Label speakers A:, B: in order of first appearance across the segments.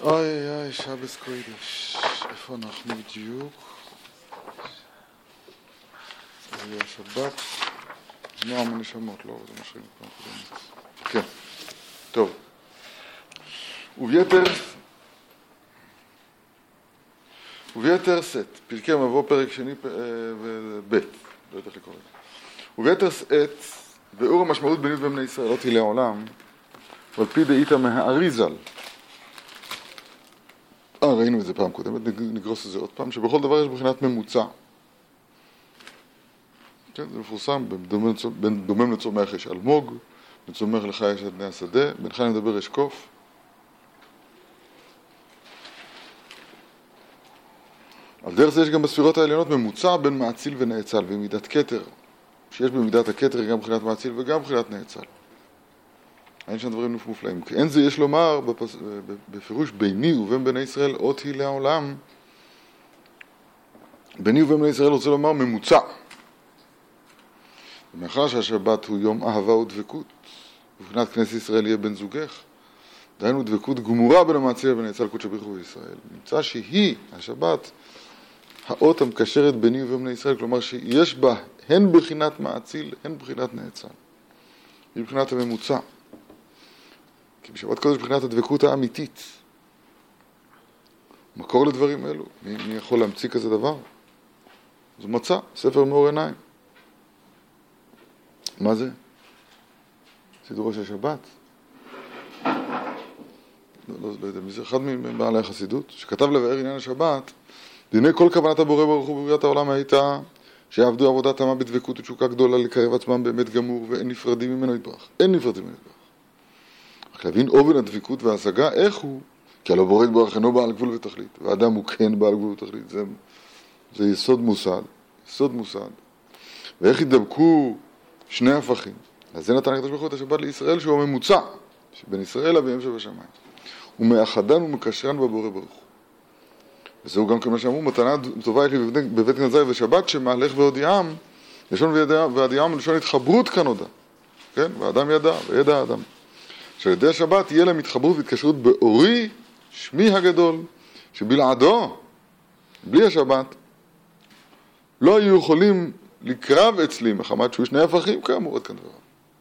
A: אוי אוי, שבס קודש. איפה אנחנו בדיוק? זה יהיה השבת. נועם הנשמות, לא, זה מה שראינו פעם קודמת. כן, טוב. וביתר שאת, פרקי מבוא פרק שני וב', לא יודע איך לקרוא את זה. וביתר שאת, באור המשמעות בנית ובני ישראל, לא תהיה לעולם, ועל פי דאיתא מהאריזל. ראינו את זה פעם קודמת, נגרוס את זה עוד פעם, שבכל דבר יש בחינת ממוצע. כן, זה מפורסם, דומם לצומח יש אלמוג, לצומח לך יש את בני השדה, בינך אני מדבר יש קוף. על דרך זה יש גם בספירות העליונות ממוצע בין מעציל ונאצל, ומידת כתר, שיש במידת הכתר גם בחינת מעציל וגם בחינת נאצל. אין שם דברים מופלאים. אין זה יש לומר בפירוש ביני ובין בני ישראל אות היא לעולם. ביני ובין בני ישראל רוצה לומר ממוצע. ומאחר שהשבת הוא יום אהבה ודבקות, ובחינת כנסת ישראל יהיה בן זוגך, דהיינו דבקות גמורה בין המעציל ובין נאצל קודש בריך הוא בישראל. נמצא שהיא, השבת, האות המקשרת ביני ובין בני ישראל, כלומר שיש בה הן בחינת מעציל, הן בחינת נאצל. היא בחינת הממוצע. כי בשבת קודש בחינת הדבקות האמיתית. מקור לדברים אלו. מי יכול להמציא כזה דבר? זה מצא, ספר מאור עיניים. מה זה? סידורו של שבת. לא יודע, מי זה אחד מבעלי החסידות, שכתב לבאר עניין השבת, דיני כל כוונת הבורא ברוך הוא בבריאת העולם הייתה שיעבדו עבודה תמה בדבקות ותשוקה גדולה לקרב עצמם באמת גמור, ואין נפרדים ממנו יתברך. אין נפרדים ממנו יתברך. רק להבין אופן הדבקות וההשגה, איך הוא? כי הלא בורא יתברך אינו בעל גבול ותכלית, והאדם הוא כן בעל גבול ותכלית. זה יסוד מוסד, יסוד מוסד. ואיך ידבקו שני הפכים? אז זה נתן הקדוש ברוך הוא את השבת לישראל, שהוא הממוצע, שבין ישראל אביהם שבשמיים. הוא מאחדן ומקשרן בבורא ברוך הוא. וזהו גם כמו שאמרו, מתנה טובה יש לי בבית כנסת ושבת, שמהלך והודיעם, לשון והודיעם לשון התחברות כאן הודע. כן? והאדם ידע, וידע האדם. שעל ידי השבת יהיה להם התחברות והתקשרות באורי, שמי הגדול, שבלעדו, בלי השבת, לא היו יכולים לקרב אצלי, מחמת שהוא שני הפכים, כאמור, עד כאן דבר.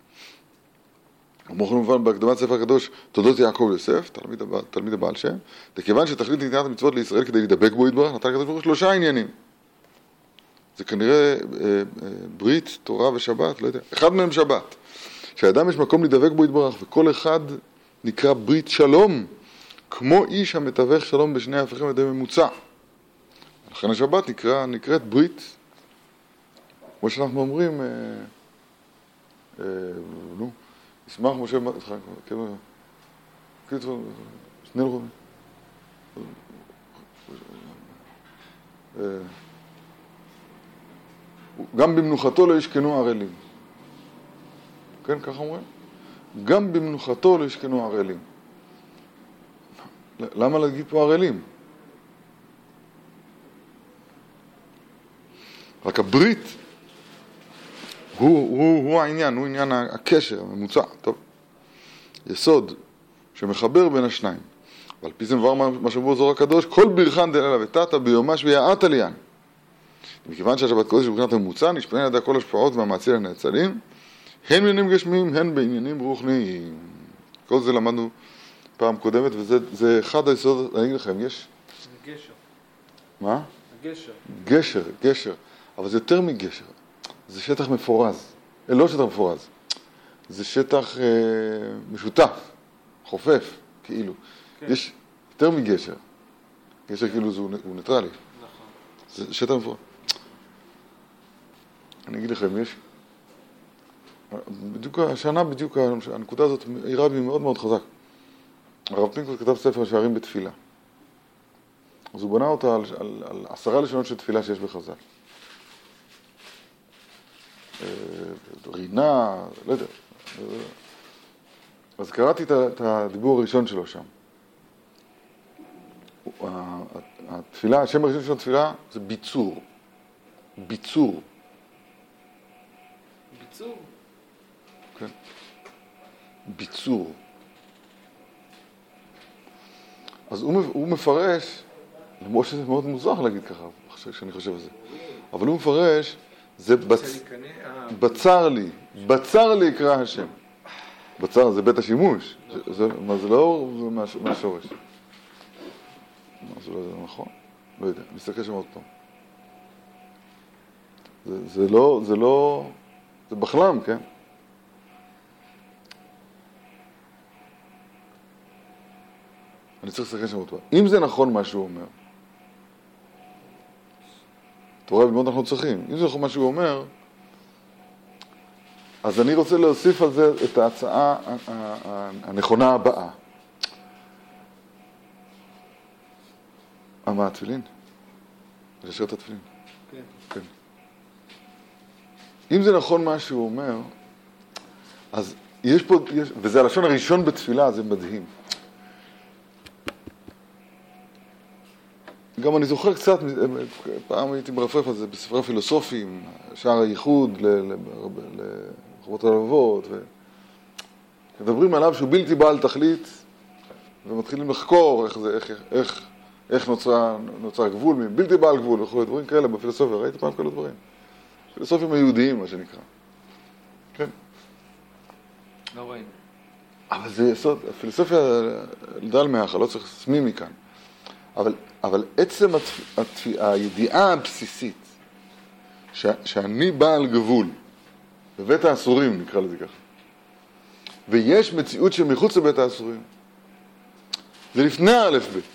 A: כמו כמובן בהקדמת ספר הקדוש, תולדות יעקב יוסף, תלמיד הבעל שם, וכיוון שתכלית נתינת המצוות לישראל כדי לדבק בו יתברך, נתן הקדוש ברוך הוא 3 עניינים. זה כנראה ברית, תורה ושבת, לא יודע. אחד מהם שבת. שהאדם יש מקום לדבק בו יתברך, וכל אחד נקרא ברית שלום, כמו איש המתווך שלום בשני ההפכים על ידי ממוצע. לכן השבת נקראת ברית, כמו שאנחנו אומרים, ישמח משה, שני לחובים. גם במנוחתו לא ישכנו ערלים. כן, ככה אומרים? גם במנוחתו לא ישכנו ערלים. למה להגיד פה ערלים? רק הברית הוא העניין, הוא עניין הקשר, הממוצע, טוב. יסוד שמחבר בין השניים. ועל פי זה מבואר מה שאמרו זוהר הקדוש, כל ברכן דלילה ותתא ביומש ויעט עליין. מכיוון שהשבת קודש בבחינת הממוצע, נשפטים על ידי כל השפעות והמעציל הנאצלים, הן בעניינים גשמיים, הן בעניינים רוחניים. כל זה למדנו פעם קודמת, וזה אחד היסוד, אני אגיד לכם, יש...
B: גשר.
A: מה?
B: גשר.
A: גשר. אבל זה יותר מגשר. זה שטח מפורז. לא שטח מפורז. זה שטח משותף, חופף, כאילו. כן. יש יותר מגשר. גשר כאילו הוא ניטרלי.
B: נכון.
A: זה שטח מפורז. אני אגיד לכם, יש... בדיוק השנה, הנקודה הזאת העירה בי מאוד מאוד חזק. הרב פינקוס כתב ספר שערים בתפילה. אז הוא בנה אותה על 10 לשונות של תפילה שיש בחז"ל. רינה, לא יודע. אז קראתי את הדיבור הראשון שלו שם. התפילה, השם הראשון של התפילה זה ביצור. ביצור.
B: ביצור?
A: כן. ביצור. אז הוא מפרש, למרות שזה מאוד מוזר להגיד ככה, כשאני חושב על זה, אבל הוא מפרש, זה בצר לי יקרא השם. בצר זה בית השימוש, זה לא אור, זה מהשורש. זה לא נכון? לא יודע, נסתכל שם עוד פעם. זה לא, זה בחלם, כן? אני צריך לסתכל שם עוד פעם. אם זה נכון מה שהוא אומר, אתה רואה, ללמוד אנחנו צריכים. אם זה נכון מה שהוא אומר, אז אני רוצה להוסיף על זה את ההצעה הנכונה הבאה. מה, התפילין? לשאול את התפילין.
B: כן.
A: כן. אם זה נכון מה שהוא אומר, אז יש פה, וזה הלשון הראשון בתפילה, זה מדהים. גם אני זוכר קצת, פעם הייתי מרפרף על זה בספרי פילוסופיים, שער הייחוד לחובות הלבבות, ומדברים עליו שהוא בלתי בעל תכלית, ומתחילים לחקור איך נוצר גבול, בלתי בעל גבול וכו', דברים כאלה בפילוסופיה, ראיתי פעם כאלה דברים. פילוסופים היהודיים, מה שנקרא. כן.
B: לא ראינו.
A: אבל זה יסוד, הפילוסופיה לדל מהאחר, לא צריך סמי מכאן. אבל עצם הידיעה הבסיסית שאני בעל גבול בבית האסורים, נקרא לזה ככה, ויש מציאות שמחוץ לבית האסורים, זה לפני האלף בית.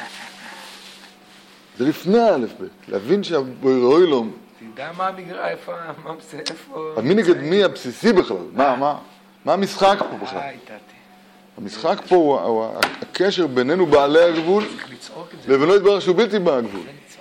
A: זה לפני האלף בית. להבין שהבורא לא...
B: תדע מה המגרע, איפה...
A: מי נגד מי הבסיסי בכלל? מה המשחק פה בכלל? המשחק פה הוא הקשר בינינו בעלי הגבול, לבינו יתברר שהוא בלתי בגבול.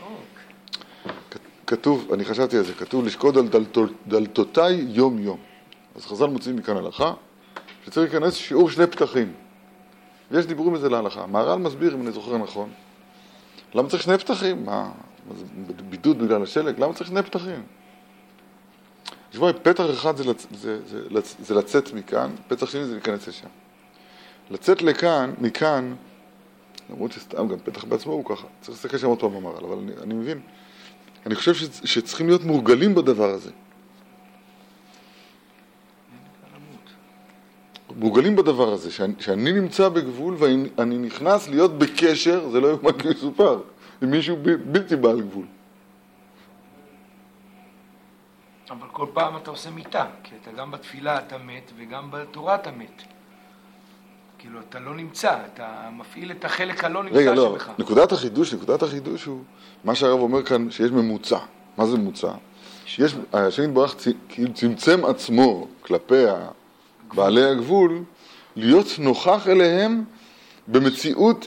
A: כתוב, אני חשבתי על זה, כתוב לשקוד על דלתותיי יום יום. אז חז"ל מוצאים מכאן הלכה, שצריך להיכנס שיעור שני פתחים. ויש דיבורים בזה להלכה. מהר"ל מסביר, אם אני זוכר נכון, למה צריך שני פתחים? מה בידוד בגלל השלג? למה צריך שני פתחים? שבואי, פתח אחד זה לצאת מכאן, פתח שני זה להיכנס לשם. לצאת לכאן, מכאן, למרות שסתם גם פתח בעצמו הוא ככה, צריך לסתכל שם עוד פעם במהר"ל, אבל אני מבין, אני חושב שצריכים להיות מורגלים בדבר הזה. מורגלים בדבר הזה, שאני נמצא בגבול ואני נכנס להיות בקשר, זה לא יומן כמסופר, עם מישהו בלתי בעל גבול.
B: אבל כל פעם אתה עושה מיטה, כי אתה גם בתפילה אתה מת וגם בתורה אתה מת. כאילו, אתה לא נמצא, אתה מפעיל את החלק הלא נמצא
A: רגע, לא,
B: שבך.
A: נקודת החידוש הוא, מה שהרב אומר כאן, שיש ממוצע. מה זה ממוצע? השם יתברך כאילו צמצם עצמו כלפי בעלי הגבול, להיות נוכח אליהם במציאות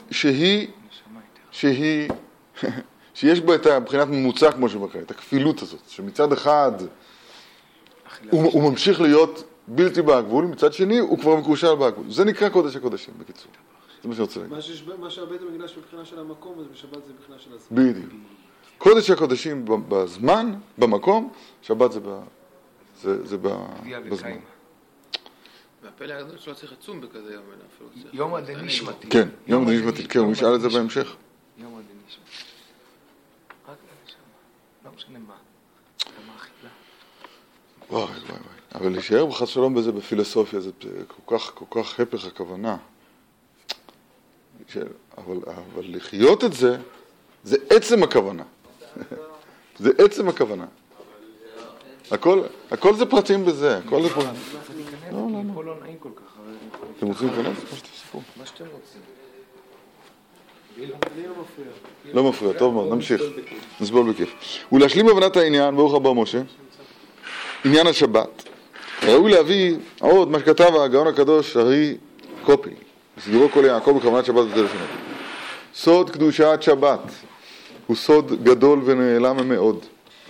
A: שיש בה את הבחינת ממוצע, כמו שבקרה, את הכפילות הזאת, שמצד אחד הוא ממשיך להיות בלתי בגבול, מצד שני הוא כבר מקושר בגבול. זה נקרא קודש הקודשים, בקיצור. זה מה שאני רוצה להגיד.
C: מה שהבית המקדש בבחינה של המקום, אז בשבת זה בבחינה של הזמן.
A: בדיוק. קודש הקודשים בזמן, במקום, שבת זה בזמן.
C: והפלא הגדול שלא צריך עצום בכזה יום,
B: יום הדנישמתי.
A: כן, יום הדנישמתי, כן, הוא ישאל את זה בהמשך.
B: יום הדנישמתי. רק לשם, לא משנה מה. למה אכילה?
A: וואי. אבל להישאר בחס שלום בזה בפילוסופיה, זה כל כך הפך הכוונה. אבל לחיות את זה, זה עצם הכוונה. זה עצם הכוונה. הכל זה פרטים בזה, הכל זה פרטים.
B: לא. פה לא נעים כל כך.
A: אתם רוצים להיכנס? מה שתפסקו.
B: מה שאתם רוצים.
C: אני לא מפריע.
A: לא מפריע, טוב מאוד, נמשיך. נסבול בכיף. ולהשלים הבנת העניין, ברוך הבא משה, עניין השבת. ראוי להביא עוד מה שכתב הגאון הקדוש הרי קופי, בסידורו כל יעקב בכוונת שבת ותל שנות. סוד קדושת שבת הוא סוד גדול ונעלם מאוד.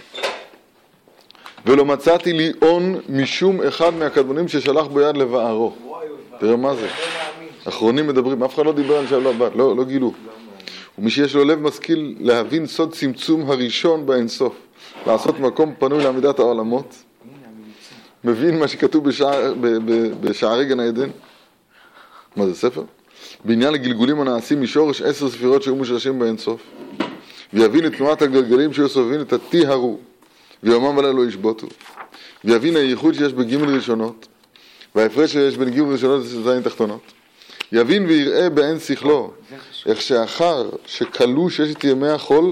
A: ולא מצאתי לי און משום אחד מהקדמונים ששלח בו יד לבערו. תראה מה זה. אחרונים מדברים, אף אחד לא דיבר על שבת, לא גילו. ומי שיש לו לב משכיל להבין סוד צמצום הראשון באינסוף, לעשות מקום פנוי לעמידת העולמות, מבין מה שכתוב בשערי גן העדן. מה זה ספר? בעניין הגלגולים הנעשים משורש 10 ספירות שהיו מושרשים באין סוף, ויבין את תנועת הגלגלים שהיו סובבים את הטיהרו, ויומם ולילה לא ישבותו, ויבין הייחוד שיש בגימל ראשונות, וההפרש שיש בין גימל ראשונות לזין תחתונות, יבין ויראה באין שכלו, איך שאחר שכלו 6 ימי החול,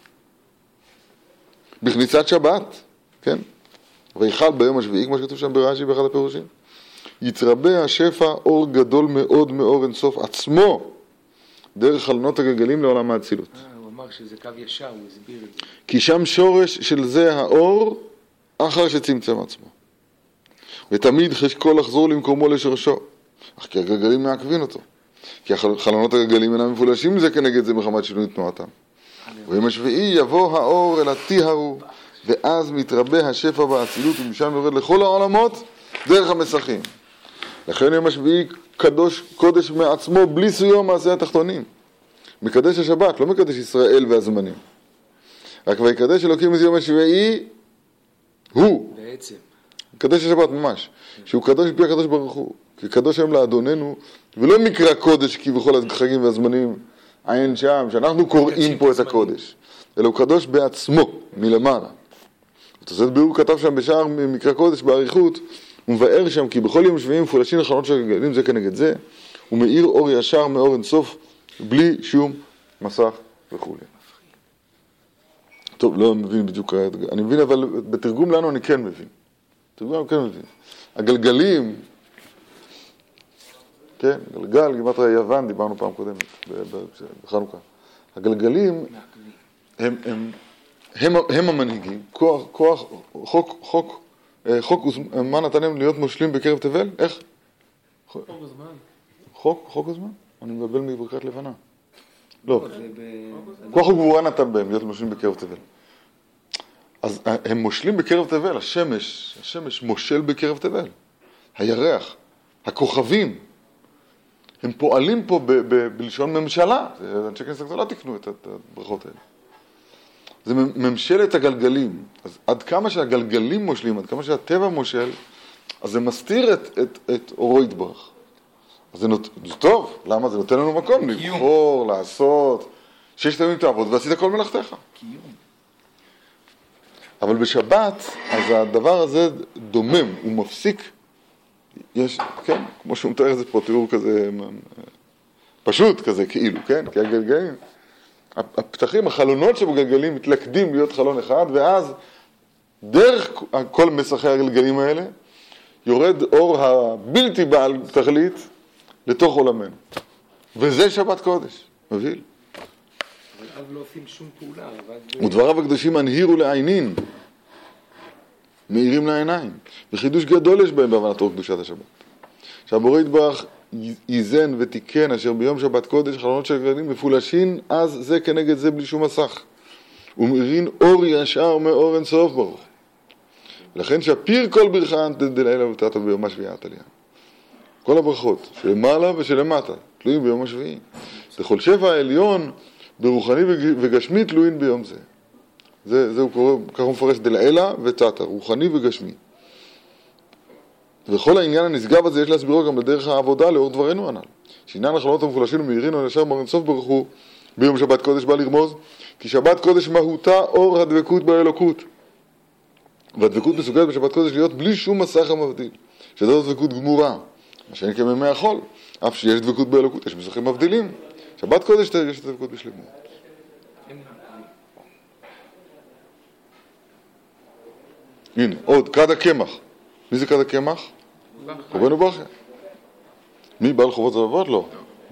A: בכניסת שבת, כן? ויחל ביום השביעי, כמו שכתוב שם ברש"י באחד הפירושים, יתרבה השפע אור גדול מאוד מאור אינסוף עצמו, דרך חלונות הגלגלים לעולם האצילות.
B: הוא אמר שזה קו ישר, הוא הסביר את זה.
A: כי שם שורש של זה האור, אחר שצמצם עצמו. ותמיד חשקו לחזור למקומו לשורשו, אך כי הגלגלים מעכבים אותו. כי חלונות הגלגלים אינם מפולשים זה כנגד זה מחמת שינוי תנועתם. ויום השביעי יבוא האור אל הטיהרו, ואז מתרבה השפע באצילות, ומשם יורד לכל העולמות דרך המסכים. לכן יום השביעי קודש מעצמו בלי סיום מעשי התחתונים. מקדש השבת, לא מקדש ישראל והזמנים. רק ויקדש אלוקים את יום השביעי, הוא.
B: בעצם.
A: מקדש השבת ממש. שהוא קדוש בפי הקדוש ברוך הוא. כי קדוש היום לאדוננו, ולא מקרא קודש כי בכל החגים והזמנים עין שם, שאנחנו קוראים פה את הקודש. אלא הוא קדוש בעצמו, מלמעלה. תוספות ביאור כתב שם בשער מקרא קודש באריכות, הוא מבאר שם כי בכל יום שביעי מפולשים לחלונות של הגלגלים זה כנגד זה, הוא מאיר אור ישר מאור אינסוף בלי שום מסך וכו'. טוב, לא מבין בדיוק, אני מבין, אבל בתרגום לנו אני כן מבין. בתרגום אני כן מבין. הגלגלים, כן, גלגל, גימטריה יוון, דיברנו פעם קודמת, בחנוכה. הגלגלים הם המנהיגים, חוק מה נתן להם להיות מושלים בקרב תבל? איך?
C: חוק הזמן.
A: חוק הזמן? אני מבלבל מברכת לבנה. לא. כוח וגבורה נתן בהם להיות מושלים בקרב תבל. אז הם מושלים בקרב תבל, השמש מושל בקרב תבל. הירח, הכוכבים, הם פועלים פה בלשון ממשלה. אנשי כנסת הגדולה תקנו את הברכות האלה. זה ממשלת הגלגלים. אז עד כמה שהגלגלים מושלים, עד כמה שהטבע מושל, אז זה מסתיר את אורו יתברך. אז זה טוב, למה? זה נותן לנו מקום לבחור, לעשות, 6 ימים תעבוד ועשית כל מלאכתך.
B: קיום.
A: אבל בשבת, אז הדבר הזה דומם, הוא מפסיק, יש, כן, כמו שהוא מתאר את זה פה, תיאור כזה, פשוט כזה, כאילו, כן, כי הגלגלים, הפתחים, החלונות שבגלגלים מתלכדים להיות חלון אחד, ואז דרך כל מסכי הגלגלים האלה, יורד אור הבלתי בעל תכלית לתוך עולמנו. וזה שבת קודש, מביל.
B: אבל אז לא עושים שום פעולה.
A: ודבריו הקדושים מנהירו לעינין, מאירים לעיניים. וחידוש גדול יש בהם בהבנת אור קדושת השבת. שהבורא יתברך איזן ותיקן אשר ביום שבת קודש חלונות של הגלגלים מפולשים, אז זה כנגד זה בלי שום מסך. ומאירין אור ישר מאור אינסוף ברוך. ולכן שפיר כל ברכה דלילה ותתת ביום השביעי עליה. כל הברכות שלמעלה ושלמטה תלויים ביום השביעי. לכל שפע העליון ברוחני וגשמי תלויים ביום זה. זה הוא קורא, כך הוא מפרש דלילה ותתת, רוחני וגשמי. וכל העניין הנשגב הזה יש להסבירו גם בדרך העבודה לאור דברנו הנ"ל. שעניין החלונות המפולשים ומאירינו ישר מאור אינסוף ברוך הוא ביום שבת קודש בא לרמוז, כי שבת קודש מהותה אור הדבקות באלוקות. והדבקות מסוגלת בשבת קודש להיות בלי שום מסך המבדיל. שזאת דבקות גמורה, מה שאין כמימי החול. אף שיש דבקות באלוקות, יש מסכים מבדילים. שבת קודש יש דבקות בשלמות. הנה, עוד, כד הקמח. מי זה כד הקמח? רבנו ברכיה. מי? בעל חובות זבבות? לא.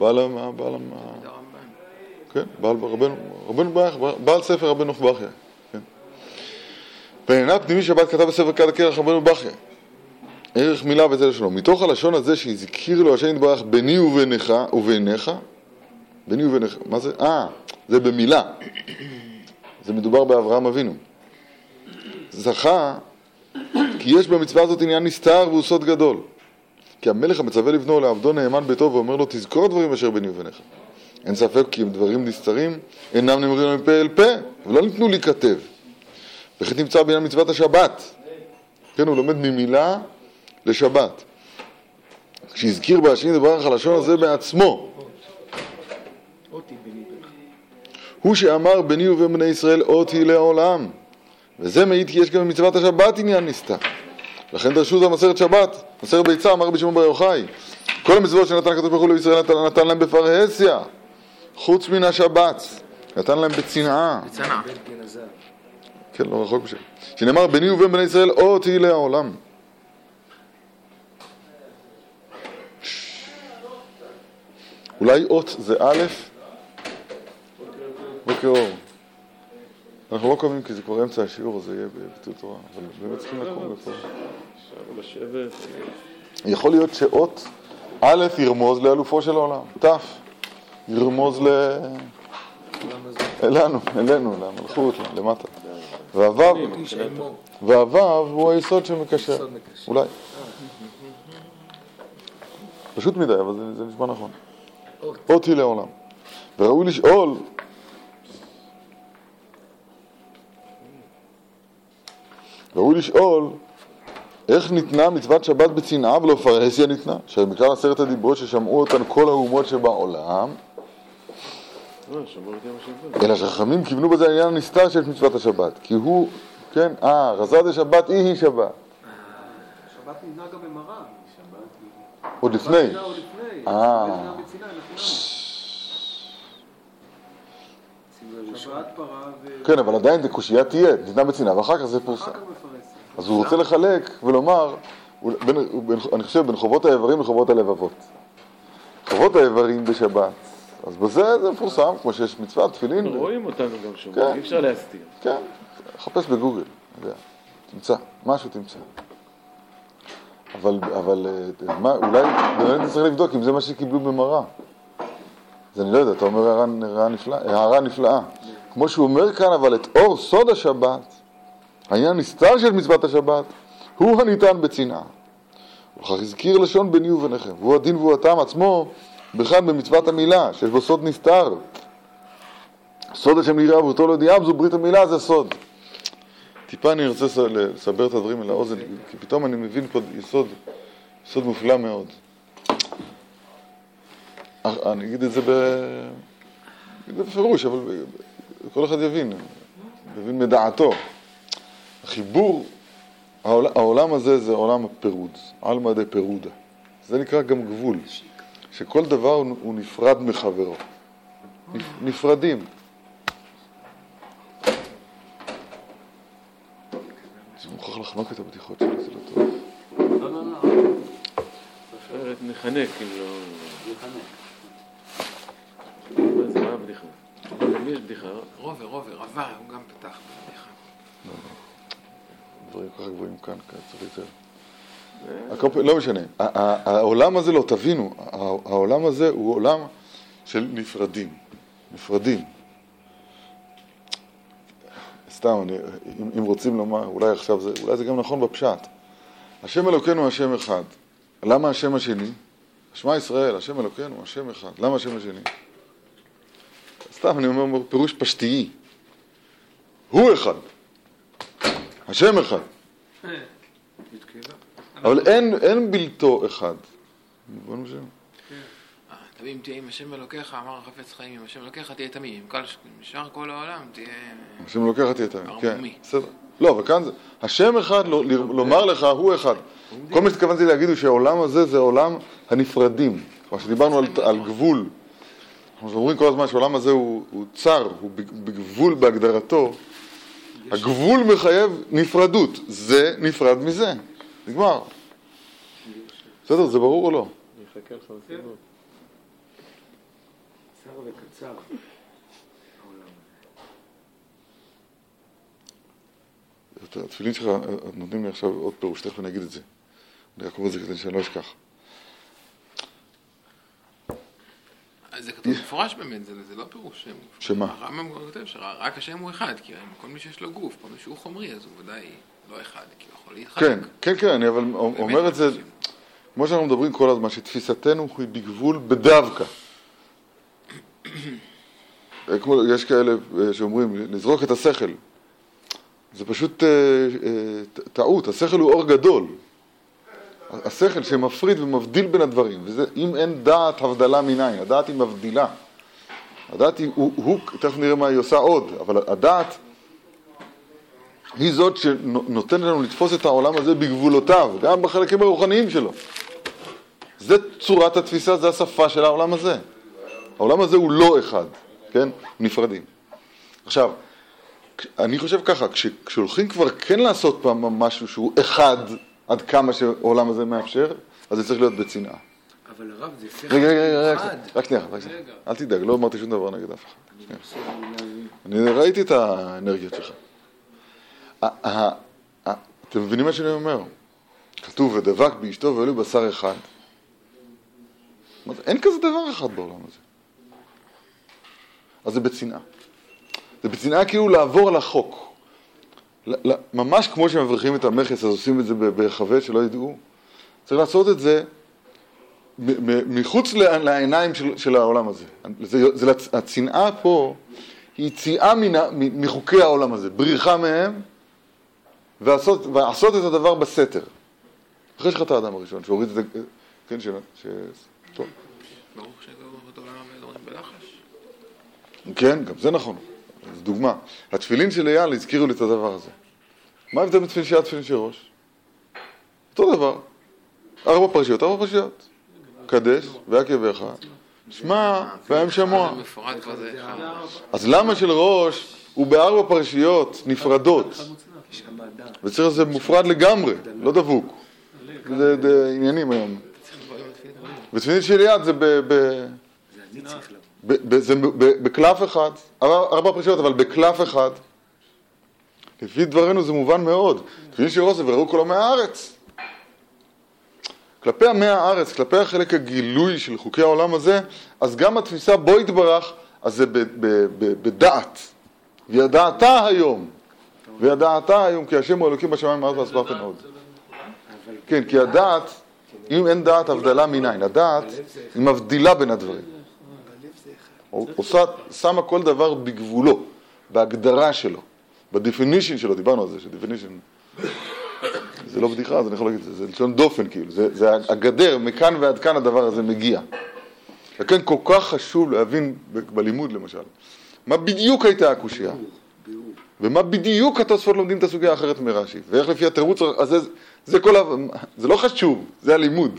A: כן, בעל ספר רבנו ברכיה. בעינת פנימי שבת כתב בספר כד הקרח רבנו ברכיה. ערך מילה וזה לשונו. מתוך הלשון הזה שהזכיר לו השם יתברך ביני וביניך, ביני וביניך, מה זה? זה במילה. זה מדובר באברהם אבינו. זכה, כי יש במצווה הזאת עניין נסתר והוא סוד גדול. כי המלך המצווה לבנו לעבדו נאמן ביתו ואומר לו תזכור דברים אשר ביני וביניך. אין ספק כי אם דברים נסתרים אינם נאמרים מפה אל פה, ולא ניתנו להיכתב. וכן נמצא בעניין מצוות השבת. כן, הוא לומד ממילה לשבת. כשהזכיר בהשם יתברך הלשון הזה בעצמו, הוא שאמר בני ובין בני ישראל אות היא לעולם. וזה מעיד כי יש גם במצוות השבת עניין נסתר. לכן דרשו זה מסרת שבת, מסרת ביצה, אמר רבי שמעון בר יוחאי. כל המצוות שנתן הקדוש ברוך הוא לישראל נתן להם בפרהסיה, חוץ מן השבת. נתן להם בצנעה.
C: בצנעה.
A: כן, לא רחוק בשביל. שנאמר בני ובין בני ישראל אות היא לעולם. אולי אות זה א', בוקר אור. אנחנו לא קובעים כי זה כבר אמצע השיעור, זה יהיה בביטול תורה, אבל באמת צריכים לקום לפה. יכול להיות שאות א' ירמוז לאלופו של העולם, ת' ירמוז אלינו, למלכות, למטה. והוו הוא היסוד שמקשר, אולי. פשוט מדי, אבל זה נשמע נכון. אות היא לעולם. וראוי לשאול איך ניתנה מצוות שבת בצנעה ולא פרהסיה ניתנה, שמכלל 10 הדיברות ששמעו אותן כל האומות שבעולם, אלא שחכמים כיוונו בזה העניין הנסתר של מצוות השבת, כי הוא, כן, רזד השבת היא שבת.
D: שבת ניתנה גם במראה,
A: עוד לפני.
D: שבת פרה
A: כן, אבל עדיין זה קושייה תהיה, ניתנה בצנעה, ואחר כך זה פורסם. אז הוא רוצה לחלק ולומר, אני חושב, בין חובות האיברים לחובות הלבבות. חובות האיברים בשבת, אז בזה זה מפורסם, כמו שיש מצוות, תפילין.
E: רואים אותנו גם שם, אי אפשר להסתיר.
A: כן, חפש בגוגל, תמצא, משהו תמצא. אבל אולי באמת צריך לבדוק אם זה מה שקיבלו במראה. אז אני לא יודע, אתה אומר הערה נפלאה. כמו שהוא אומר כאן, אבל את אור סוד השבת, העניין הנסתר של מצוות השבת, הוא הניתן בצנעה. וכך הזכיר לשון ביני וביניכם, והוא הדין והוא הטעם עצמו, בכלל במצוות המילה, שיש בו סוד נסתר. סוד השם נראה ואותו לא ידיעם, זו ברית המילה, זה סוד. טיפה אני רוצה לסבר את הדברים אל האוזן, כי פתאום אני מבין פה יסוד מופלא מאוד. אני אגיד את זה בפירוש, אבל כל אחד יבין מדעתו. החיבור, העולם הזה זה עולם הפירוד, עלמא דה פירודה. זה נקרא גם גבול, שכל דבר הוא נפרד מחברו. נפרדים. אני מוכרח לחנוק את הבדיחות שלי, זה לא טוב.
D: לא.
E: אחרת נחנק אם לא... זה מה הבדיחה? למי יש בדיחה?
C: רובר, עבר, הוא גם פתח בבדיחה.
A: דברים ככה גבוהים כאן, צריך יותר. לא משנה. העולם הזה לא, תבינו, העולם הזה הוא עולם של נפרדים. סתם, אם רוצים לומר, אולי זה גם נכון בפשט. השם אלוקינו השם אחד. למה השם השני? שמע ישראל, השם אלוקינו השם אחד. למה השם השני? סתם, אני אומר פירוש פשטי. הוא אחד. השם אחד. אבל אין בלתו אחד.
C: תמיד תהיה עם השם אלוקיך, אמר החפץ חיים, עם השם אלוקיך תהיה תמיד, עם שאר כל העולם תהיה...
A: השם אלוקיך תהיה תמיד, כן, בסדר. לא, אבל כאן זה, השם אחד, לומר לך, הוא אחד. כל מה שהתכוונתי להגיד הוא שהעולם הזה זה עולם הנפרדים. כמו שדיברנו על גבול. אנחנו אומרים כל הזמן שהעולם הזה הוא צר, הוא בגבול בהגדרתו. הגבול מחייב נפרדות, זה נפרד מזה. נגמר. בסדר, זה ברור או לא?
E: אני אחכה לך לסיבות.
D: קצר וקצר.
A: התפילין שלך נותנים לי עכשיו עוד פירוש, תכף אני אגיד את זה. אני אקרוא את זה כדי שאני לא אשכח.
C: זה כתוב מפורש באמת, זה לא פירוש.
A: שמה?
C: הרמב"ם כותב שרק השם הוא אחד, כי כל מי שיש לו גוף, כל מי שהוא חומרי, אז הוא ודאי לא אחד, כי הוא יכול להתחלק.
A: כן, אני אבל אומר את זה, כמו שאנחנו מדברים כל הזמן, שתפיסתנו היא בגבול בדווקא. יש כאלה שאומרים, לזרוק את השכל. זה פשוט טעות, השכל הוא אור גדול. השכל שמפריד ומבדיל בין הדברים, ואם אין דעת הבדלה מניין, הדעת היא מבדילה. הדעת היא, תכף נראה מה היא עושה עוד, אבל הדעת היא זאת שנותנת לנו לתפוס את העולם הזה בגבולותיו, גם בחלקים הרוחניים שלו. זה צורת התפיסה, זה השפה של העולם הזה. העולם הזה הוא לא אחד, כן? נפרדים. עכשיו, אני חושב ככה, כשהולכים כבר כן לעשות פעם משהו שהוא אחד עד כמה שהעולם הזה מאפשר, אז זה צריך להיות בצנעה.
B: אבל הרב, זה שכל אחד.
A: רק שנייה, אל תדאג, לא אמרתי שום דבר נגד אף אחד. אני ראיתי את האנרגיות שלך. אתם מבינים מה שאני אומר? כתוב, ודבק באשתו ואלו בשר אחד. אין כזה דבר אחד בעולם הזה. אז זה בצנעה. זה בצנעה כאילו לעבור על החוק. ממש כמו שמברכים את המכס, אז עושים את זה בחווה שלא ידעו. צריך לעשות את זה מחוץ לעיניים של העולם הזה. הצנעה פה היא יציאה מחוקי העולם הזה, בריחה מהם, ועשות את הדבר בסתר. אחרי שלך את האדם הראשון, שהוריד את זה, כן, טוב.
C: ברוך שגאוות עולם המדברים בלחש.
A: כן, גם זה נכון. זו דוגמה. התפילין של אייל הזכירו לי את הדבר הזה. מה ההבדל בין תפילין של יד ותפילין של ראש? אותו דבר. 4 פרשיות. קדש ועקבך. שמע והם שמוע. אז למה של ראש הוא ב4 פרשיות נפרדות? וצריך זה מופרד לגמרי, לא דבוק. זה עניינים היום. ותפילין של יד זה בקלף אחד, 4 פרשיות, אבל בקלף אחד. לפי דברנו זה מובן מאוד. תפילין של ראש זה וראו כל עמי הארץ. כלפי עמי הארץ, כלפי החלק הגילוי של חוקי העולם הזה, אז גם התפיסה בו יתברך, אז זה בדעת. וידעתה היום. כי השם הוא אלוקים בשמיים מארץ והסברתם מאוד. כן, כי הדעת, אם אין דעת, הבדלה מניין. הדעת היא מבדילה בין הדברים. שמה כל דבר בגבולו, בהגדרה שלו, בדפינישן שלו, דיברנו על זה, שדפינישן, זה לא בדיחה, אז אני יכול להגיד, זה לשון דופן כאילו, זה הגדר, מכאן ועד כאן הדבר הזה מגיע. לכן כל כך חשוב להבין בלימוד למשל, מה בדיוק הייתה הקושיה, ומה בדיוק התוספות לומדים את הסוגיה האחרת מרש"י, ואיך לפי התירוץ, אז זה לא חשוב, זה הלימוד.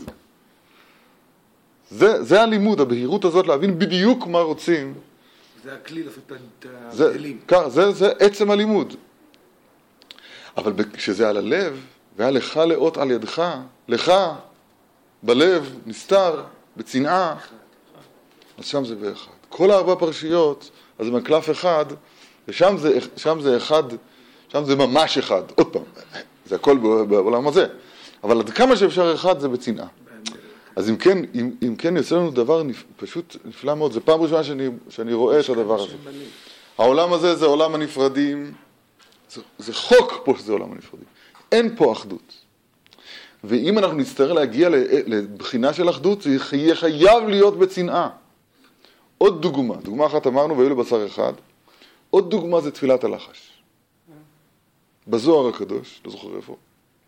A: זה הלימוד, הבהירות הזאת, להבין בדיוק מה רוצים.
B: זה הכלי לעשות את ההבדלים.
A: זה עצם הלימוד. אבל כשזה על הלב, והיה לך לאות על ידך, לך, בלב, נסתר, בצנעה, אז שם זה באחד. כל 4 פרשיות, אז זה מקלף אחד, ושם זה אחד, שם זה ממש אחד. עוד פעם, זה הכל בעולם הזה. אבל עד כמה שאפשר אחד, זה בצנעה. אז אם כן יוצא לנו דבר פשוט נפלא מאוד, זה פעם ראשונה שאני רואה את הדבר הזה. העולם הזה זה עולם הנפרדים, זה חוק פה שזה עולם הנפרדים. אין פה אחדות. ואם אנחנו נצטרך להגיע לבחינה של אחדות, זה יהיה חייב להיות בצנעה. עוד דוגמה אחת אמרנו, והיו לבשר אחד, עוד דוגמה זה תפילת הלחש. בזוהר הקדוש, לא זוכר איפה.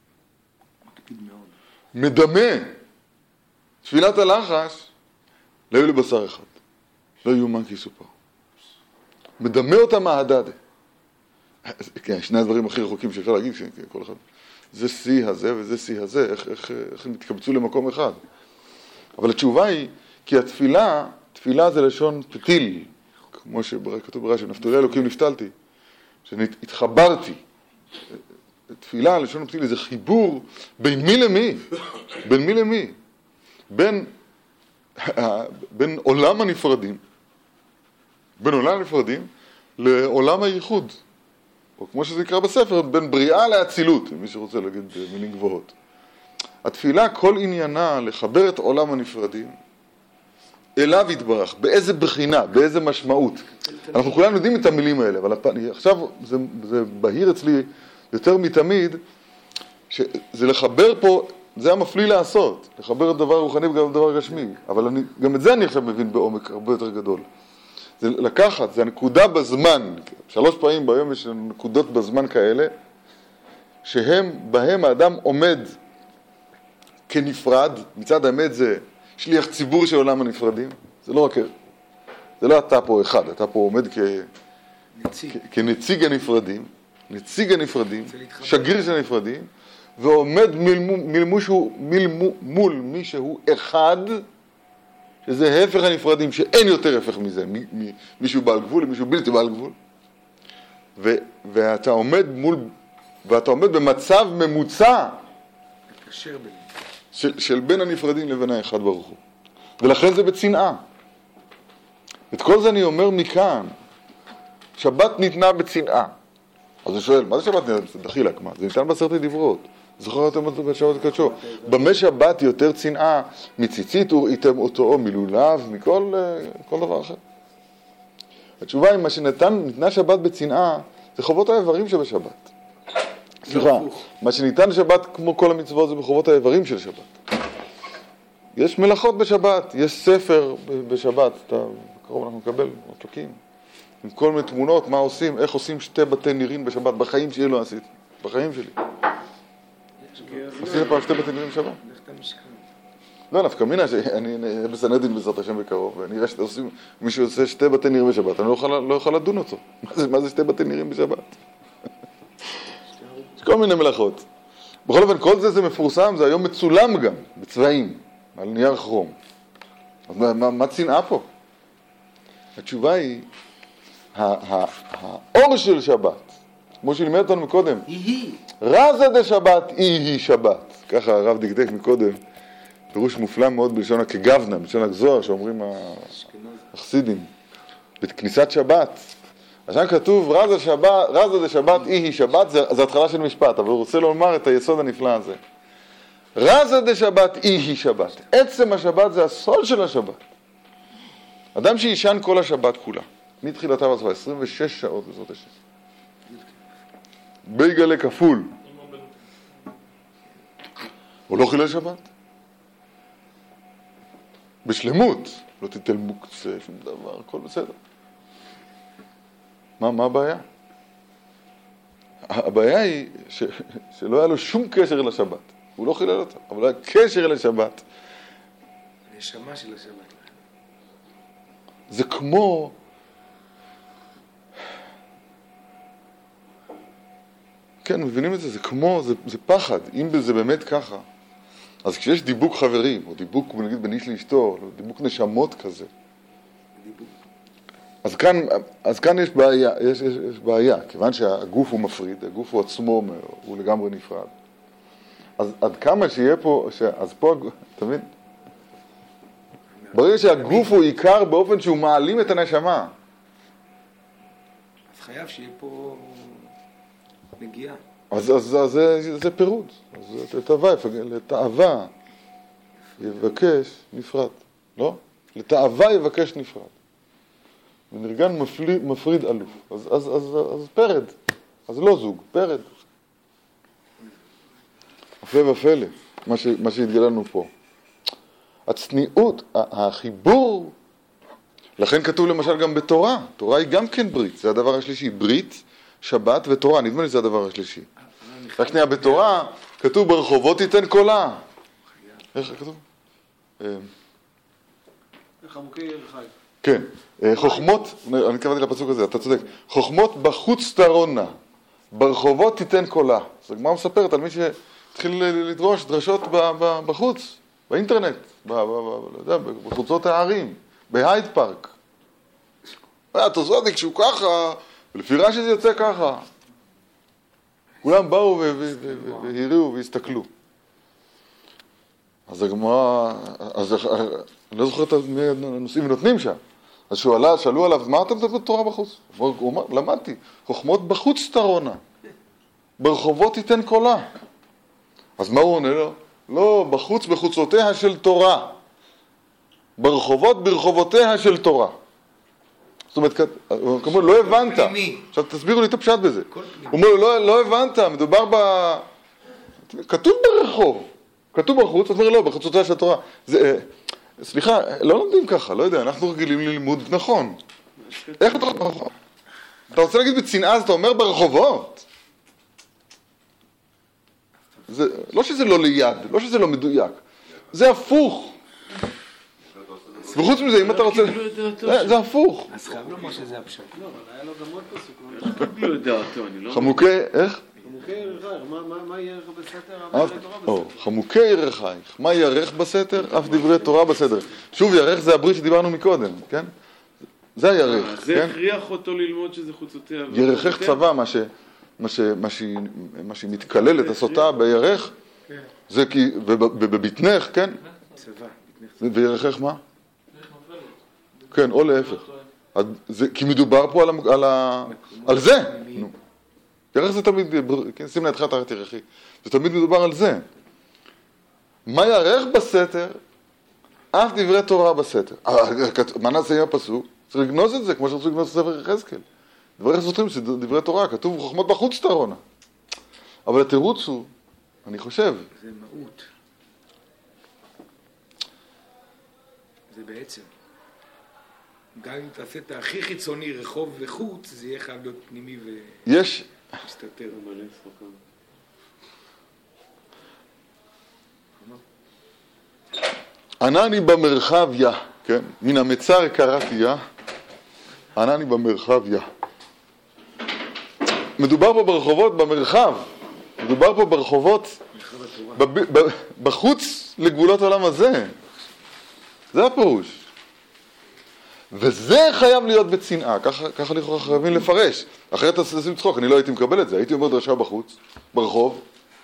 A: מדמה. תפילת הלחש, לא יהיו לבשר אחד. לא יאומן כי יסופר. מדמה אותה מהדדה. כן, שני הדברים הכי רחוקים שאפשר להגיד, כל אחד. זה שיא הזה וזה שיא הזה, איך הם התקבצו למקום אחד. אבל התשובה היא, כי תפילה זה לשון פתיל, כמו שכתוב ברש"י, נפתולי אלוקים נפתלתי, שהתחברתי. תפילה, לשון פתיל, זה חיבור בין מי למי? בין עולם הנפרדים, לעולם הייחוד, או כמו שזה יקרא בספר, בין בריאה לאצילות, מי שרוצה להגיד מילים גבוהות. התפילה, כל עניינה לחבר את עולם הנפרדים, אליו יתברך, באיזה בחינה, באיזה משמעות. אנחנו כולנו יודעים את המילים האלה, אבל עכשיו זה בהיר אצלי יותר מתמיד, שזה לחבר פה, זה המפליא לעשות, לחבר את דבר רוחני וגם דבר גשמי. אבל גם את זה אני עכשיו מבין בעומק הרבה יותר גדול. זה לקחת, זה הנקודה בזמן, 3 פעמים ביום יש נקודות בזמן כאלה, בהם האדם עומד כנפרד, מצד האמת זה שליח ציבור של עולם הנפרדים, זה לא רק זה לא אתה פה אחד, אתה פה עומד
B: נציג.
A: כנציג הנפרדים, שגריר של הנפרדים, ועומד מול מישהו אחד, שזה הפך הנפרדים, שאין יותר הפך מזה, מישהו בעל גבול למישהו בלתי בעל גבול. ואתה עומד במצב ממוצע
B: קשר ביניהם.
A: של בין הנפרדים לבין האחד ברוך הוא. ולכן זה בצנעה. את כל זה אני אומר מכאן, שבת ניתנה בצנעה. אז הוא שואל, מה זה שבת ניתנה בצנעה? דחילק, מה? זה ניתן בעשרת דיברות. זוכר אתם בשבת הקדשו. במה שבת יותר צנעה, מציצית וראיתם אותו, מלולב, מכל דבר אחר. התשובה היא, מה שניתנה שבת בצנעה, זה חובות האיברים שבשבת. סליחה, מה שניתן שבת כמו כל המצוות זה בחובות האיברים של שבת. יש מלאכות בשבת, יש ספר בשבת, קרוב אנחנו נקבל, עותקים, עם כל מיני תמונות, מה עושים, איך עושים 2 בתי נירים בשבת, בחיים שלי לא עשיתי, בחיים שלי. עשיתי פעם 2 בתי נירים בשבת. לא, נפקא מינה שאני אהיה בסנהדרין בעזרת השם בקרוב, ואני אראה מישהו עושה 2 בתי נירים בשבת, אני לא יכול לדון אותו. מה זה 2 בתי נירים בשבת? יש כל מיני מלאכות. בכל אופן, כל זה מפורסם, זה היום מצולם גם, בצבעים, על נייר כרום. אז מה צנעה פה? התשובה היא, האור של שבת, כמו שלימד אותנו מקודם, רזה דשבת היא שבת. ככה הרב דקדק מקודם, פירוש מופלא מאוד בלשון הכגוונה, בלשון הגזוהר, שאומרים החסידים, בכניסת שבת. עכשיו כתוב, רזה דשבת היא שבת, זה התחלה של משפט, אבל הוא רוצה לומר את היסוד הנפלא הזה. רזה דשבת היא שבת. עצם השבת זה הסול של השבת. אדם שישן כל השבת כולה, מתחילתה ועד סופה, 26 שעות בעזרת השם. בייגלה כפול. הוא לא חילל שבת? בשלמות. לא תיתן מוקצה, שום דבר, הכל בסדר. מה הבעיה? הבעיה היא שלא היה לו שום קשר לשבת. הוא לא חילל אותה, אבל לא היה קשר לשבת.
B: הנשמה של השבת.
A: זה כמו... כן, מבינים את זה? זה כמו, זה פחד. אם זה באמת ככה, אז כשיש דיבוק חברים, או דיבוק, נגיד, בין איש לאשתו, או דיבוק נשמות כזה, אז כאן יש בעיה, יש בעיה, כיוון שהגוף הוא מפריד, הגוף הוא עצמו, הוא לגמרי נפרד. אז עד כמה שיהיה פה, אז פה, אתה מבין? ברגע שהגוף הוא עיקר באופן שהוא מעלים את הנשמה.
B: אז חייב שיהיה פה נגיעה.
A: אז זה פירוד. אז לתאווה יבקש נפרד. לא? לתאווה יבקש נפרד. ונרגן מפריד אלוף. אז פרד. אז לא זוג, פרד. הפלא ופלא, מה שהתגלה לנו פה. הצניעות, החיבור, לכן כתוב למשל גם בתורה. תורה היא גם כן ברית, זה הדבר השלישי. ברית, שבת ותורה, נדמה לי זה הדבר השלישי. רק שנייה, בתורה כתוב ברחובות תיתן קולה. איך כתוב?
D: חמוקי חי.
A: כן, חוכמות, אני קראתי לפסוק הזה, אתה צודק. חוכמות בחוץ תרונה, ברחובות תיתן קולה. זה גמרא מספרת על מי שהתחיל לדרוש דרשות בחוץ, באינטרנט, בחוצות הערים, בהייד פארק. אתה צודק שהוא ככה, ולפי רש"י זה יוצא ככה. כולם באו והריעו והסתכלו. אז הגמרא, אני לא זוכר את הנושאים ונותנים שם. אז שאלו עליו, מה אתה מדבר תורה בחוץ? הוא אמר, למדתי, חוכמות בחוץ תרונה, ברחובות תיתן קולה. אז מה הוא עונה לו? לא, בחוץ בחוצותיה של תורה, ברחובות ברחובותיה של תורה. זאת אומרת, כמובן, לא הבנת. עכשיו תסבירו לי את הפשט בזה. הוא אומר, לא הבנת, מדובר כתוב ברחוב, כתוב בחוץ, זאת אומרת, לא, בחוצותיה של תורה. סליחה, לא לומדים ככה, לא יודע, אנחנו רגילים ללימוד נכון. איך אתה אומר ברחוב? אתה רוצה להגיד בצנעה, אז אתה אומר ברחובות. לא שזה לא ליד, לא שזה לא מדויק. זה הפוך. וחוץ מזה, אם אתה רוצה... זה הפוך.
B: אז חייב לומר שזה הפשט.
D: לא, אבל היה לו גם עוד פסוק.
E: לא קיבלו את דעתו, אני לא...
A: חמוקי, איך?
D: חמוקי ירחייך, מה יהיה לך בסתר? אף דברי תורה בסתר.
A: חמוקי ירחייך, מה ירך בסתר? אף דברי תורה בסתר. שוב, ירך זה הברית שדיברנו מקודם, כן? זה הירך,
E: זה
A: כן?
E: הכריח אותו ללמוד שזה חוצותיה.
A: ירכך צבא, מה שהיא מתקללת, הסוטה בירך, זה כי, ובבטנך, כן?
B: צבא.
A: וירכך מה? כן, או להפך. כי מדובר פה על זה. ירך זה תמיד, שים לידך תחת ירכי. זה תמיד מדובר על זה. מה ירך בסתר? אף דברי תורה בסתר. מה נעשה עם הפסוק? צריך לגנוז את זה, כמו שרצו לגנוז את ספר יחזקאל. דברי סותרים זה דברי תורה, כתוב חוכמות בחוץ תרונה. אבל התירוץ הוא, אני חושב...
B: זה מהות. זה בעצם. גם אם תעשה את הכי חיצוני, רחוב וחוץ, זה יהיה חייב להיות פנימי
A: יש...
B: מסתתר.
E: מלא ספקם.
A: ענני במרחביה, כן? מן המצר קראתיה, ענני במרחביה. מדובר פה ברחובות, במרחב. מדובר פה ברחובות, בחוץ לגבולות העולם הזה. זה הפירוש. וזה חייב להיות בצנעה, ככה לכאורה חייבים לפרש. אחרת תעשים צחוק, אני לא הייתי מקבל את זה. הייתי אומר דרשה בחוץ, ברחוב.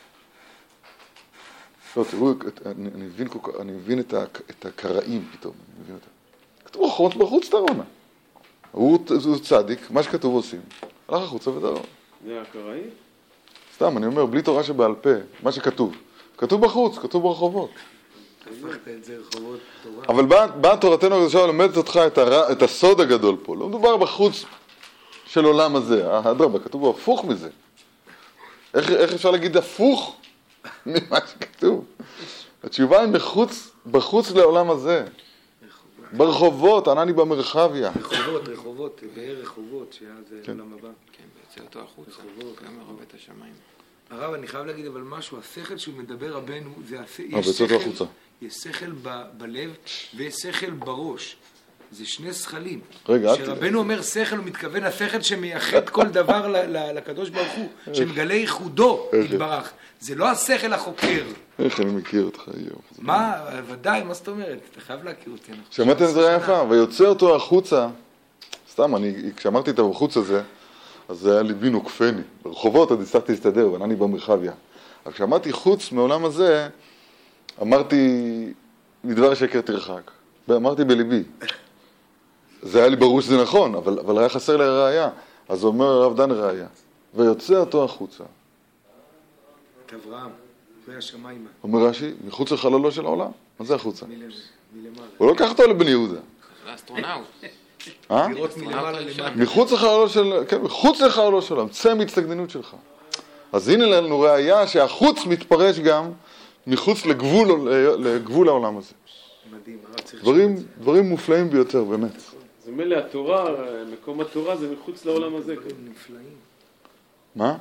A: לא, תראו, אני מבין את הקראים פתאום. כתוב רחובות בחוץ תרונה. הוא צדיק, מה שכתוב עושים. הלך החוצה ודרון.
E: זה הקראי?
A: סתם, אני אומר, בלי תורה שבעל פה, מה שכתוב. כתוב בחוץ, כתוב ברחובות.
B: הפכת את זה רחובות תורה.
A: אבל באה תורתנו הקדושה לומדת אותך את הסוד הגדול פה. לא מדובר בחוץ של עולם הזה. אדרבה, כתוב בו הפוך מזה. איך אפשר להגיד הפוך ממה שכתוב? התשובה היא בחוץ לעולם הזה. ברחובות, ענני במרחביה.
B: רחובות, באר רחובות, שזה עולם הבא.
C: כן, ויצא אותו החוצה, גם מרבה את השמיים.
B: הרב, אני חייב להגיד אבל משהו, השכל שהוא מדבר רבנו, יש שכל בלב ויש שכל בראש. זה שני שכלים.
A: רגע,
B: שרבנו אומר שכל, הוא מתכוון לשכל שמייחד כל דבר לקדוש ברוך הוא, שמגלה ייחודו יתברך. זה לא השכל החוקר.
A: איך אני מכיר אותך היום.
B: מה, ודאי, מה זאת אומרת? אתה חייב להכיר אותי.
A: שמעתם את זה יפה, ויוצא אותו החוצה. סתם, כשאמרתי את החוץ הזה, אז זה היה ליבי נוקפני. ברחובות עוד הצלחתי להסתדר, וענני במרחביה. אבל כשאמרתי חוץ מעולם הזה, אמרתי מדבר שקר תרחק. אמרתי בליבי. זה היה לי ברור שזה נכון, אבל היה חסר לי ראיה. אז אומר הרב דן ראיה, ויוצא אותו החוצה.
B: את אברהם, והשמיימה.
A: אומר רש"י, מחוץ לחללו של העולם. מה זה החוצה?
B: מלמעלה.
A: הוא לא לקח אותו לבן יהודה.
C: זה אסטרונאוט.
B: לראות מלמעלה למטה.
A: מחוץ לחללו של, כן, מחוץ לחללו של העולם. צא מהצטגננות שלך. אז הנה לנו ראיה שהחוץ מתפרש גם מחוץ לגבול העולם הזה.
B: מדהים,
A: דברים מופלאים ביותר, באמת.
E: זה מלא התורה, מקום התורה זה מחוץ לעולם הזה.
B: נפלאים.
A: מה?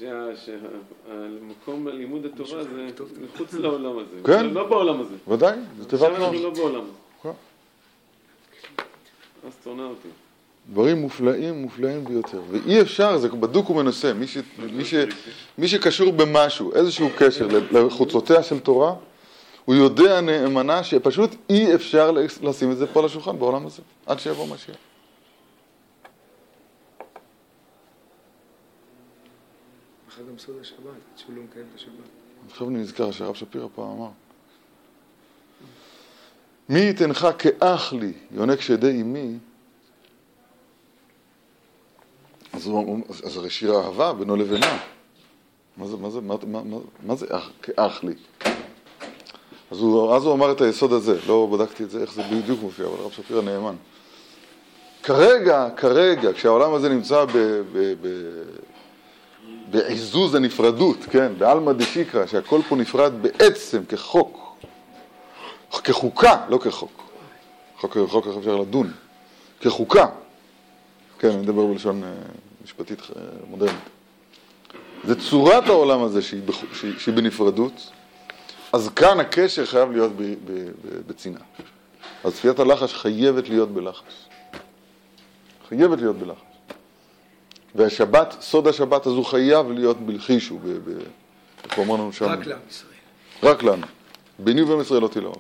E: שהמקום לימוד התורה זה מחוץ לעולם הזה.
A: כן.
E: לא בעולם הזה.
A: ודאי, זה תיבת
E: עכשיו
A: נוח.
E: אנחנו לא בעולם הזה.
A: כן.
E: אסטרונאוטים.
A: דברים מופלאים ביותר. ואי אפשר, זה בדוק ומנסה. מי שקשור במשהו, איזשהו קשר לחוצותיה של תורה, הוא יודע נאמנה שפשוט אי אפשר לשים את זה פה על השולחן בעולם הזה, עד שיבוא משיח.
B: אחר גם סוד השבת, שהוא לא מקיים את השבת.
A: עכשיו אני נזכר שהרב שפירא פעם אמר, מי יתנך כאח לי, יונק שדי אמי, אז הרי שיר אהבה בינו לבינה. מה זה כאח לי? אז הוא אמר את היסוד הזה, לא בדקתי את זה, איך זה בדיוק מופיע, אבל הרב שפירא נאמן. כרגע, כשהעולם הזה נמצא בעיזוז הנפרדות, כן, בעלמא דשיקרא, שהכל פה נפרד בעצם כחוק, כחוקה, לא כחוק. חוק איך אפשר לדון, כחוקה. כן, אני מדבר בלשון משפטית מודרנית. זה צורת העולם הזה שהיא בנפרדות, אז כאן הקשר חייב להיות בצנעה. אז תפילת הלחש חייבת להיות בלחש. חייבת להיות בלחש. והשבת, סוד השבת הזו חייב להיות בלחיש, איך אמרנו שם?
B: רק לעם ישראל.
A: רק לנו. ביני ובן ישראל לא תהיה לעולם.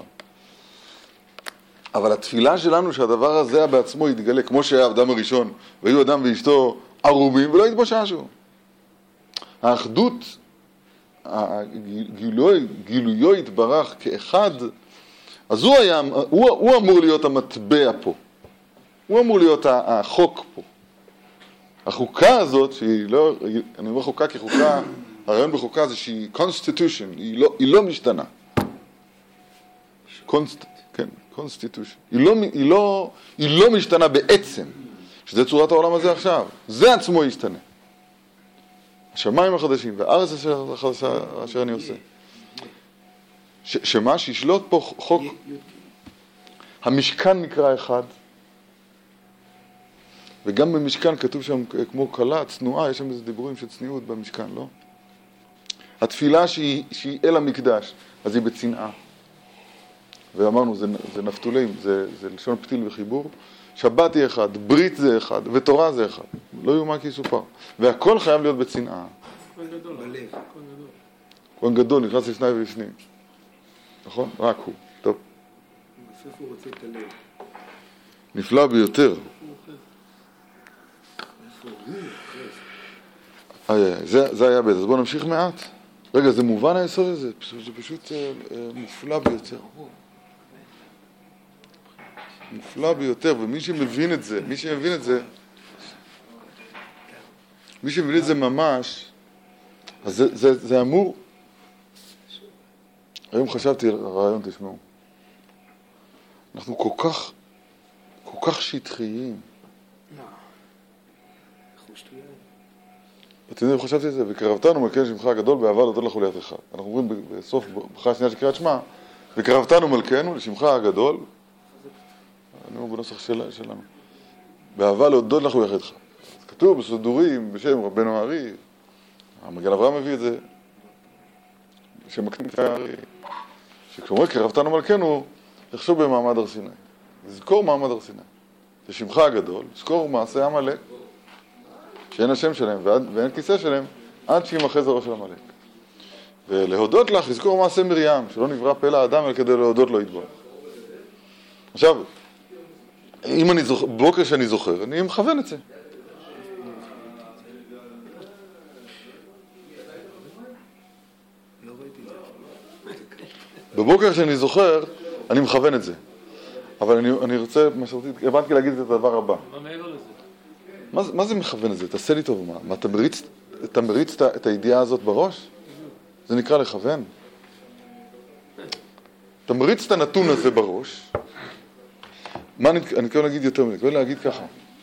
A: אבל התפילה שלנו שהדבר הזה בעצמו יתגלה, כמו שהיה האדם הראשון, והיו אדם ואשתו ערומים ולא התבוששו. האחדות, גילויו יתברך כאחד, אז הוא אמור להיות המטבע פה. הוא אמור להיות החוק פה. החוקה הזאת, שהיא לא, אני אומר חוקה כחוקה, הרעיון בחוקה זה שהיא constitution, היא לא משתנה. כן, constitution. היא לא משתנה בעצם, שזה צורת העולם הזה עכשיו. זה עצמו ישתנה. השמיים החדשים והארץ החדשה אשר אני עושה. שמה שישלוט פה חוק, המשכן נקרא אחד, וגם במשכן כתוב שם כמו קלה, צנועה, יש שם איזה דיבורים של צניעות במשכן, לא? התפילה שהיא אל המקדש, אז היא בצנעה. ואמרנו, זה נפתולים, זה לשון פתיל וחיבור. שבת היא אחד, ברית זה אחד, ותורה זה אחד. לא יאומן כי יסופר. והכל חייב להיות בצנעה.
D: כהן גדול, בלב.
A: כהן גדול, נכנס לפני ולפנים. נכון? רק הוא. טוב.
D: בסוף הוא רוצה את הלב.
A: נפלא ביותר. זה היה בית. אז בואו נמשיך מעט. רגע, זה מובן היסוד הזה. זה פשוט מופלא ביותר. מופלא ביותר, ומי שמבין את זה, מי שמבין את זה ממש, אז זה אמור. היום חשבתי על הרעיון, תשמעו. אנחנו כל כך שטחיים. אתם יודעים, חשבתי את זה, וקרבתנו מלכנו שמך הגדול באהבה להודות לך וליד אחד. אנחנו אומרים בסוף ברכה השנייה של קריאת שמע, וקרבתנו מלכנו לשמך הגדול, אני אומר בנוסח שלנו, באהבה להודות לך וליד אחד. כתוב בסודורים בשם רבנו הארי, המגן אברהם מביא את זה, שמקדים את הארי, שכשאומר קרבתנו מלכנו, לחשוב במעמד הר סיני. לזכור מעמד הר סיני. לשמך הגדול, לזכור מעשה עמלק, שאין השם שלהם ואין כיסא שלהם, עד שימחה זרעו של עמלק. ולהודות לך, לזכור מעשה מרים, שלא נברא פלא האדם, אלא כדי להודות לו יתברך. עכשיו, אם אני זוכר, בוקר שאני זוכר, אני מכוון את זה. בבוקר שאני זוכר, אני מכוון את זה. אבל אני רוצה, הבנתי להגיד את הדבר הבא.
D: מה מעבר לזה?
A: מה זה מכוון את זה? תעשה לי טוב, מה אתה מריץ את הידיעה הזאת בראש? זה נקרא לכוון. אתה מריץ את הנתון הזה בראש. מה אני מתכוון להגיד יותר מזה? אני מתכוון להגיד ככה.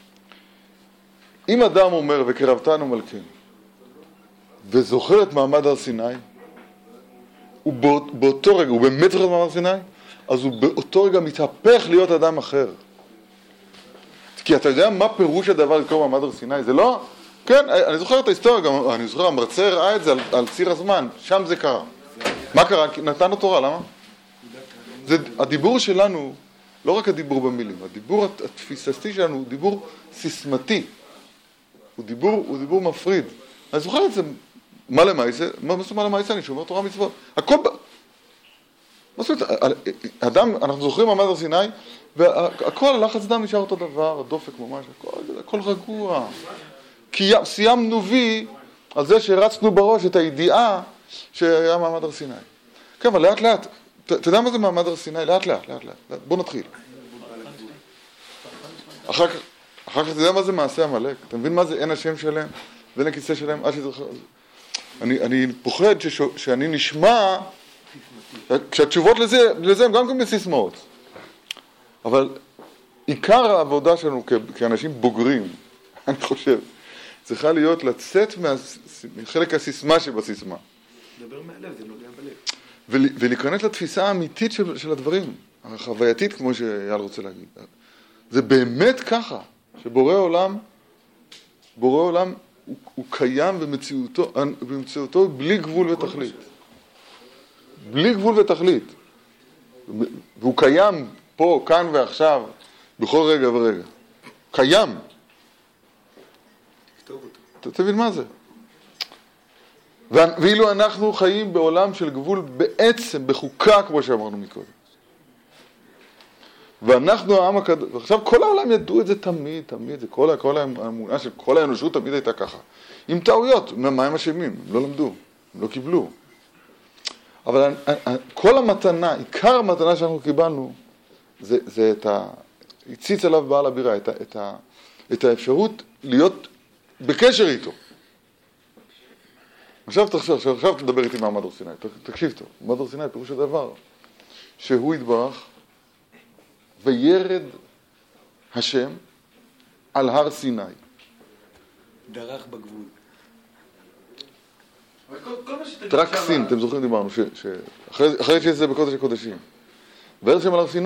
A: אם אדם אומר וקרבתנו מלכנו, וזוכר את מעמד הר סיני, הוא באותו רגע, הוא באמת זוכר את מעמד הר סיני, אז הוא באותו רגע מתהפך להיות אדם אחר. כי אתה יודע מה פירוש הדבר לקרוא מעמד הר סיני? זה לא... כן, אני זוכר את ההיסטוריה, גם אני זוכר, המרצה ראה את זה על ציר הזמן, שם זה קרה. מה קרה? נתנו תורה, למה? הדיבור שלנו, לא רק הדיבור במילים, הדיבור התפיסתי שלנו הוא דיבור סיסמתי. הוא דיבור מפריד. אני זוכר את זה, מה למעשה? מה זאת אומרת למעשה? אני שומר תורה מצוות. הכל... מה זאת אומרת? אדם, אנחנו זוכרים מעמד הר סיני, והכל, הלחץ דם נשאר אותו דבר, הדופק ממש, הכל רגוע. כי סיימנו וי על זה שהרצנו בראש את הידיעה שהיה מעמד הר סיני. כן, אבל לאט לאט, אתה יודע מה זה מעמד הר סיני? לאט לאט. בוא נתחיל. אחר כך אתה יודע מה זה מעשה עמלק? אתה מבין מה זה אין השם שלהם ואין הכיסא שלהם? אני פוחד שאני נשמע, כשהתשובות לזה הם גם כן בסיסמאות. אבל עיקר העבודה שלנו כאנשים בוגרים, אני חושב, צריכה להיות לצאת מחלק הסיסמה שבסיסמה.
D: דבר מהלב, זה נוגע בלב.
A: ולהיכנס לתפיסה האמיתית של הדברים, החווייתית כמו שאייל רוצה להגיד. זה באמת ככה, שבורא עולם הוא קיים במציאותו בלי גבול ותכלית. בלי גבול ותכלית. והוא קיים פה, כאן ועכשיו, בכל רגע ורגע. קיים. תבין מה זה. ואילו אנחנו חיים בעולם של גבול בעצם, בחוקה, כמו שאמרנו מקודם. ואנחנו העם הקדוש, ועכשיו כל העולם ידעו את זה תמיד, זה כל האמונה של כל האנושות תמיד הייתה ככה. עם טעויות, מה הם אשמים? הם לא למדו, הם לא קיבלו. אבל כל המתנה, עיקר המתנה שאנחנו קיבלנו, זה הציץ עליו בעל הבירה, את האפשרות להיות בקשר איתו. עכשיו תדבר איתי מעמד הר סיני, תקשיב טוב, מעמד הר סיני פירוש הדבר, שהוא יתברך וירד השם על הר סיני.
B: דרך בגבול.
A: טרקסין, אתם זוכרים דיברנו, אחרי שזה בקודש הקודשים. וירד השם על הר סיני.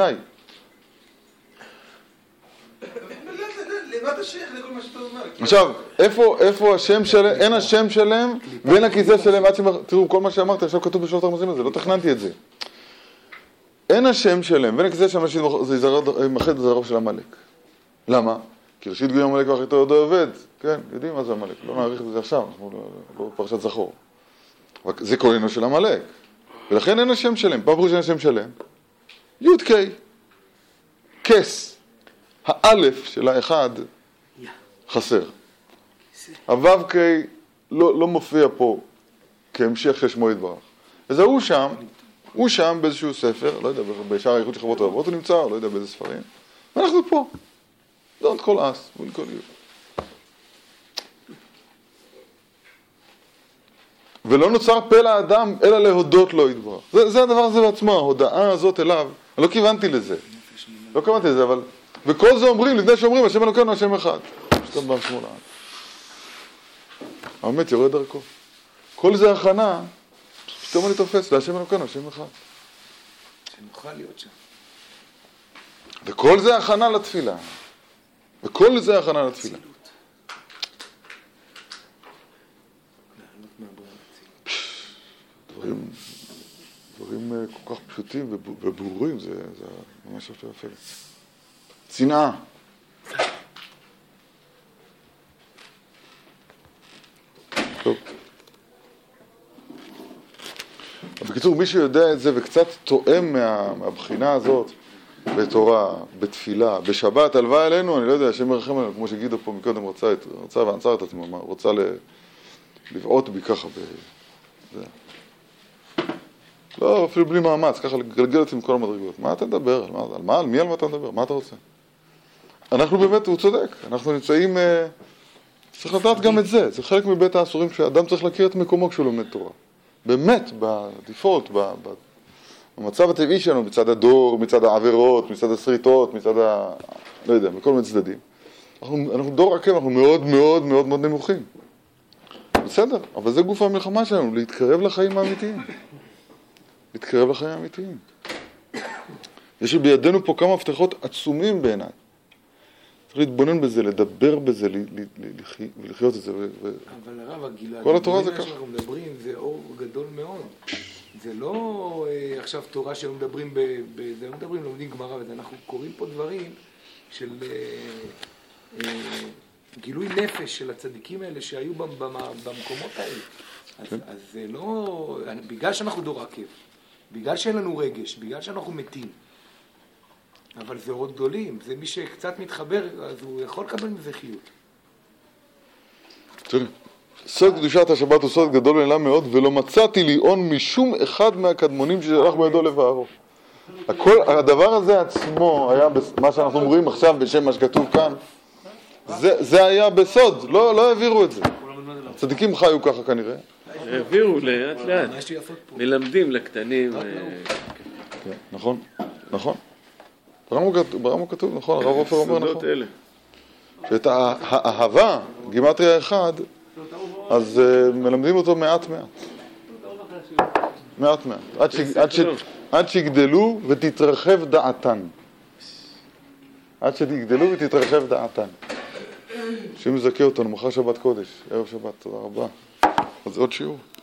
D: למה אתה שייך לכל מה שאתה אומר?
A: עכשיו, איפה השם שלהם, אין השם שלהם ואין הכיסא שלהם, תראו, כל מה שאמרתי, עכשיו כתוב בשלושת הרמזים הזה, לא תכננתי את זה. אין השם שלהם ואין הכיסא שלהם, זה ימחד את זרעו של המלך. למה? כי ראשית גוי המלך ואחריתו עוד עובד, כן, יודעים מה זה המלך, לא נעריך בזה עכשיו, אנחנו לא פרשת זכור. זה קוראינו של המלך, ולכן אין השם שלהם, פעם פרוש אין השם שלהם, י' ק' כס, האלף של האחד חסר. הו' ק' לא מופיע פה כהמשך של שמו יתברך. אז הוא שם באיזשהו ספר, לא יודע, בשער הייחוד של חברות רבות הוא נמצא, לא יודע באיזה ספרים, ואנחנו פה. זאת כל אס, וכל יום. ולא נוצר פה לאדם, אלא להודות לו יתברך. זה הדבר הזה בעצמו, ההודעה הזאת אליו. אני לא כיוונתי לזה. אבל... וכל זה אומרים, לפני שאומרים, השם אלוקינו, השם אחד. שתם בם שמו לעד. האמת, יורד דרכו. כל זה הכנה, פתאום אני תופס, להשם אלוקינו, השם אחד.
B: שנוכל להיות שם.
A: וכל זה הכנה לתפילה. וכל זה הכנה לתפילה. דברים כל כך פשוטים וברורים, זה ממש יפה. צנעה. טוב. בקיצור, מי שיודע את זה וקצת תואם מהבחינה הזאת, בתורה, בתפילה, בשבת, הלוואה אלינו, אני לא יודע, השם ירחם עלינו, כמו שגידו פה מקודם רצה ואנצר את עצמו, רוצה לבעוט בי ככה לא, אפילו בלי מאמץ, ככה לגלגל אותי עם כל המדרגות. מה אתה מדבר? על מה אתה מדבר? מה אתה רוצה? אנחנו באמת, הוא צודק, אנחנו נמצאים, צריך לדעת גם את זה, זה חלק מבית האסורים שאדם צריך להכיר את מקומו כשהוא לומד תורה. באמת, בדיפולט, במצב הטבעי שלנו, מצד הדור, מצד העבירות, מצד הסריטות, מצד לא יודע, מכל מיני צדדים. אנחנו דור עקב, אנחנו מאוד מאוד מאוד מאוד נמוכים. בסדר, אבל זה גוף המלחמה שלנו, להתקרב לחיים האמיתיים. להתקרב לחיים האמיתיים. יש בידינו פה כמה הבטחות עצומים בעיניי. צריך להתבונן בזה, לדבר בזה, ולחיות את זה.
B: אבל הרב,
A: כל התורה זה ככה.
B: שאנחנו מדברים, זה אור גדול מאוד. זה לא עכשיו תורה שלא מדברים זה לא מדברים, לומדים גמרא, אנחנו קוראים פה דברים של גילוי נפש של הצדיקים האלה שהיו במקומות האלה. אז זה לא, בגלל שאנחנו דור עקב, בגלל שאין לנו רגש, בגלל שאנחנו מתים, אבל זה אורות גדולים, זה מי שקצת מתחבר, אז הוא יכול לקבל מזה חיות.
A: תראי, סוד קדושת השבת הוא סוד גדול ונעלה מאוד, ולא מצאתי ליאון משום אחד מהקדמונים ששלח בידו לבערו. הדבר הזה עצמו היה, מה שאנחנו אומרים עכשיו בשם מה שכתוב כאן, זה היה בסוד, לא העבירו את זה. הצדיקים חיו ככה כנראה.
E: העבירו לאט לאט, מלמדים לקטנים.
A: נכון. ברמו כתוב, נכון, הרב עופר אומר נכון. שאת האהבה, גימטריה אחד, אז מלמדים אותו מעט. עד שיגדלו ותתרחב דעתן. עד שיגדלו ותתרחב דעתן. שמזכה אותנו, מחר שבת קודש, ערב שבת, תודה רבה. אז עוד שיעור.